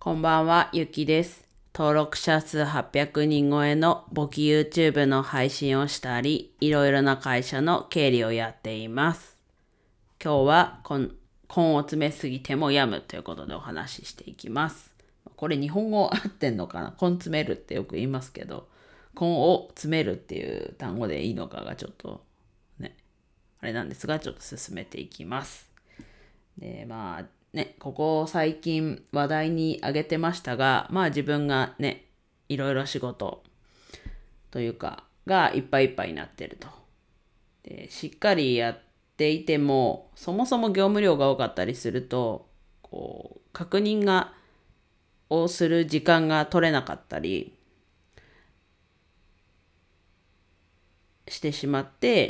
こんばんは、ゆきです。登録者数800人超えの簿記 YouTube の配信をしたり、いろいろな会社の経理をやっています。今日は根を詰めすぎても病むということでお話ししていきます。これ日本語合ってんのかな？根詰めるってよく言いますけど、根を詰めるっていう単語でいいのかがちょっとね、あれなんですが、ちょっと進めていきます。で、ここ最近話題に上げてましたが、自分がね、いろいろ仕事というか、がいっぱいいっぱいになってると。で、しっかりやっていても、そもそも業務量が多かったりすると、確認をする時間が取れなかったりしてしまって、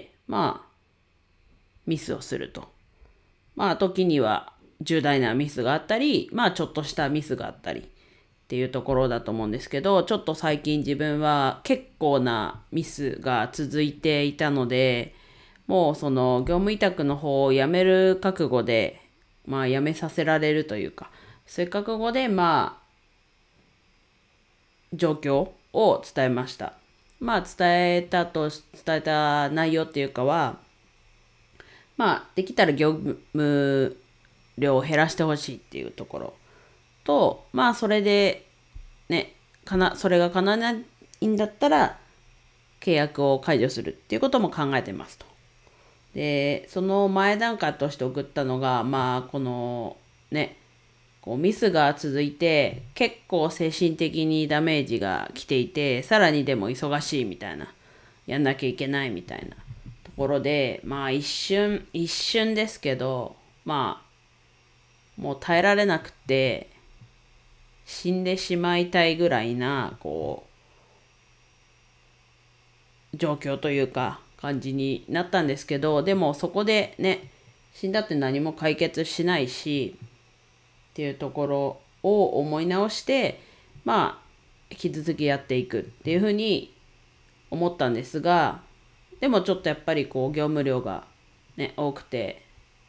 ミスをすると。時には重大なミスがあったり、ちょっとしたミスがあったりっていうところだと思うんですけど、ちょっと最近自分は結構なミスが続いていたので、もうその業務委託の方を辞める覚悟で、辞めさせられるというか、そういう覚悟で、状況を伝えました。伝えた内容っていうかは、できたら業務量を減らしてほしいっていうところと、それでね、それが叶わないんだったら、契約を解除するっていうことも考えてますと。で、その前段階として送ったのが、このね、ミスが続いて、結構精神的にダメージが来ていて、さらにでも忙しいみたいな、やんなきゃいけないみたいなところで、一瞬ですけど、もう耐えられなくて、死んでしまいたいぐらいな、状況というか、感じになったんですけど、でもそこでね、死んだって何も解決しないし、っていうところを思い直して、引き続きやっていくっていうふうに思ったんですが、でもちょっとやっぱり業務量がね、多くて、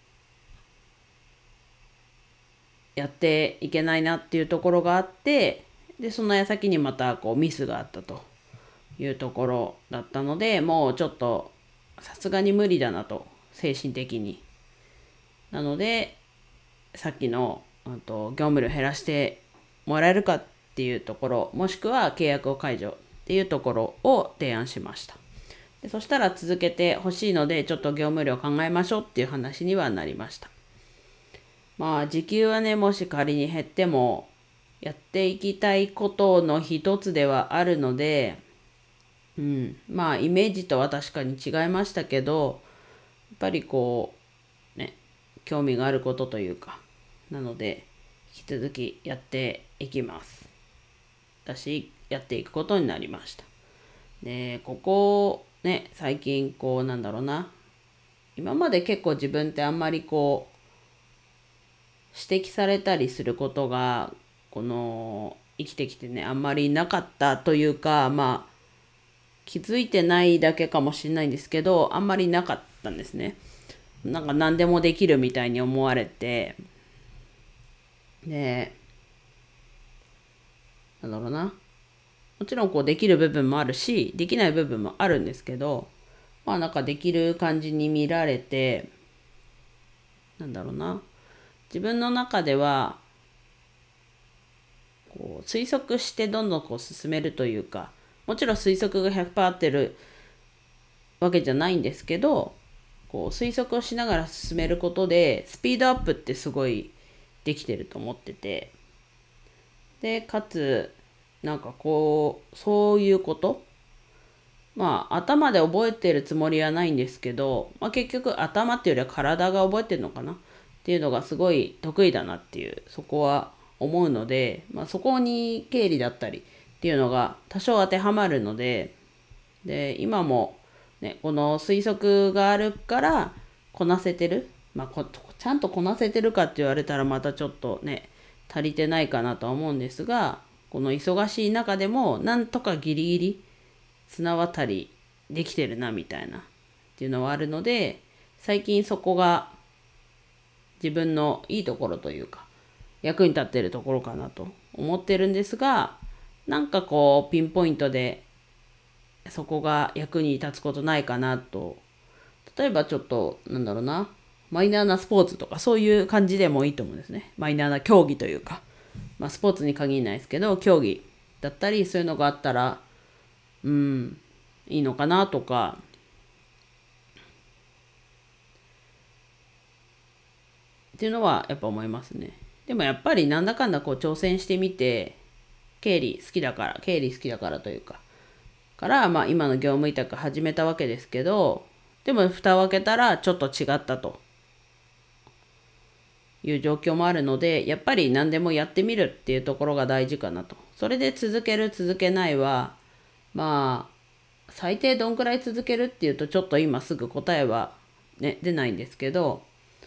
やっていけないなっていうところがあって、で、その矢先にまたミスがあったというところだったので、もうちょっとさすがに無理だなと、精神的に。なので、さっきの業務量減らしてもらえるかっていうところ、もしくは契約を解除っていうところを提案しました。でそしたら続けてほしいので、ちょっと業務量考えましょうっていう話にはなりました。時給はね、もし仮に減っても、やっていきたいことの一つではあるので、イメージとは確かに違いましたけど、やっぱり興味があることというか、なので、引き続きやっていきます。やっていくことになりました。で、ここね、最近今まで結構自分ってあんまり指摘されたりすることが、生きてきてね、あんまりなかったというか、気づいてないだけかもしれないんですけど、あんまりなかったんですね。何でもできるみたいに思われて、で、もちろんできる部分もあるし、できない部分もあるんですけど、できる感じに見られて、自分の中では、推測してどんどん進めるというか、もちろん推測が100%合ってるわけじゃないんですけど、推測をしながら進めることで、スピードアップってすごいできてると思ってて、で、かつ、そういうこと、頭で覚えてるつもりはないんですけど、結局頭っていうよりは体が覚えてるのかなっていうのがすごい得意だなっていう、そこは思うので、そこに経理だったりっていうのが多少当てはまるので、今もね、この推測があるからこなせてる。ちゃんとこなせてるかって言われたらまたちょっとね、足りてないかなとは思うんですが、この忙しい中でもなんとかギリギリ綱渡りできてるなみたいなっていうのはあるので、最近そこが自分のいいところというか、役に立ってるところかなと思ってるんですが、なんかこうピンポイントでそこが役に立つことないかなと。例えばちょっとマイナーなスポーツとかそういう感じでもいいと思うんですね。マイナーな競技というか、スポーツに限らないですけど、競技だったりそういうのがあったらいいのかなとか、っていうのはやっぱ思いますね。でもやっぱりなんだかんだこう挑戦してみて、経理好きだからというか、今の業務委託始めたわけですけど、でも蓋を開けたらちょっと違ったという状況もあるので、やっぱり何でもやってみるっていうところが大事かなと。それで続ける続けないは、最低どんくらい続けるっていうとちょっと今すぐ答えはね出ないんですけど、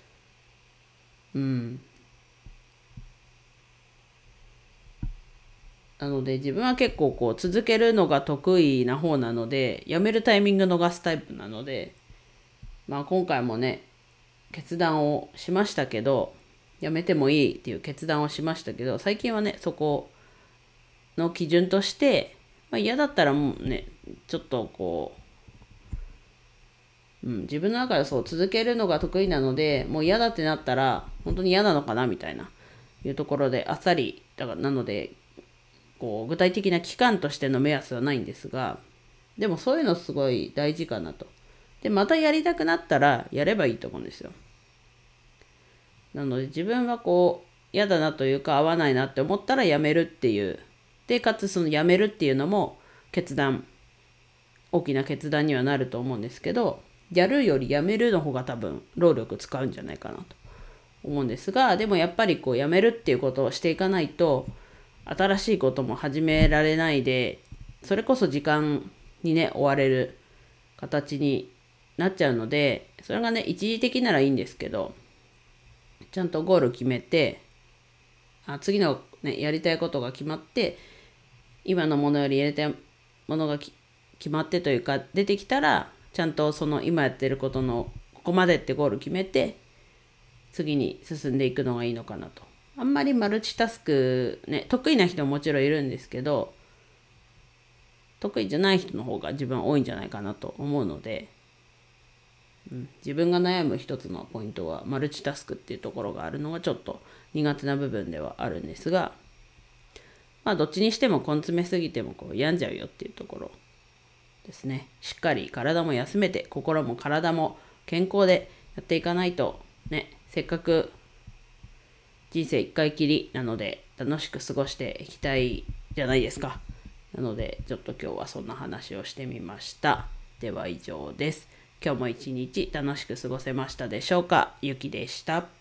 なので自分は結構こう続けるのが得意な方なので、やめるタイミング逃すタイプなので、今回もね決断をしましたけど、やめてもいいっていう決断をしましたけど、最近はねそこの基準として、嫌だったらもうねちょっとこう、自分の中でそう続けるのが得意なので、もう嫌だってなったら本当に嫌なのかなみたいないうところであっさりだから、なのでこう具体的な期間としての目安はないんですが、でもそういうのすごい大事かなと。でまたやりたくなったらやればいいと思うんですよ。なので自分はこう嫌だなというか合わないなって思ったらやめるっていう、でかつそのやめるっていうのも大きな決断にはなると思うんですけど、やるよりやめるの方が多分労力使うんじゃないかなと思うんですが、でもやっぱりこうやめるっていうことをしていかないと新しいことも始められないで、それこそ時間にね追われる形になっちゃうので、それがね一時的ならいいんですけど、ちゃんとゴール決めて、次のねやりたいことが決まって、今のものよりやりたいものが決まってというか出てきたら、ちゃんとその今やってることのここまでってゴール決めて次に進んでいくのがいいのかなと。あんまりマルチタスクね得意な人ももちろんいるんですけど、得意じゃない人の方が自分は多いんじゃないかなと思うので、自分が悩む一つのポイントはマルチタスクっていうところがあるのがちょっと苦手な部分ではあるんですが、どっちにしても根詰めすぎてもこう病んじゃうよっていうところですね。しっかり体も休めて心も体も健康でやっていかないとね、せっかく人生一回きりなので楽しく過ごしていきたいじゃないですか。なのでちょっと今日はそんな話をしてみました。では以上です。今日も一日楽しく過ごせましたでしょうか。ゆきでした。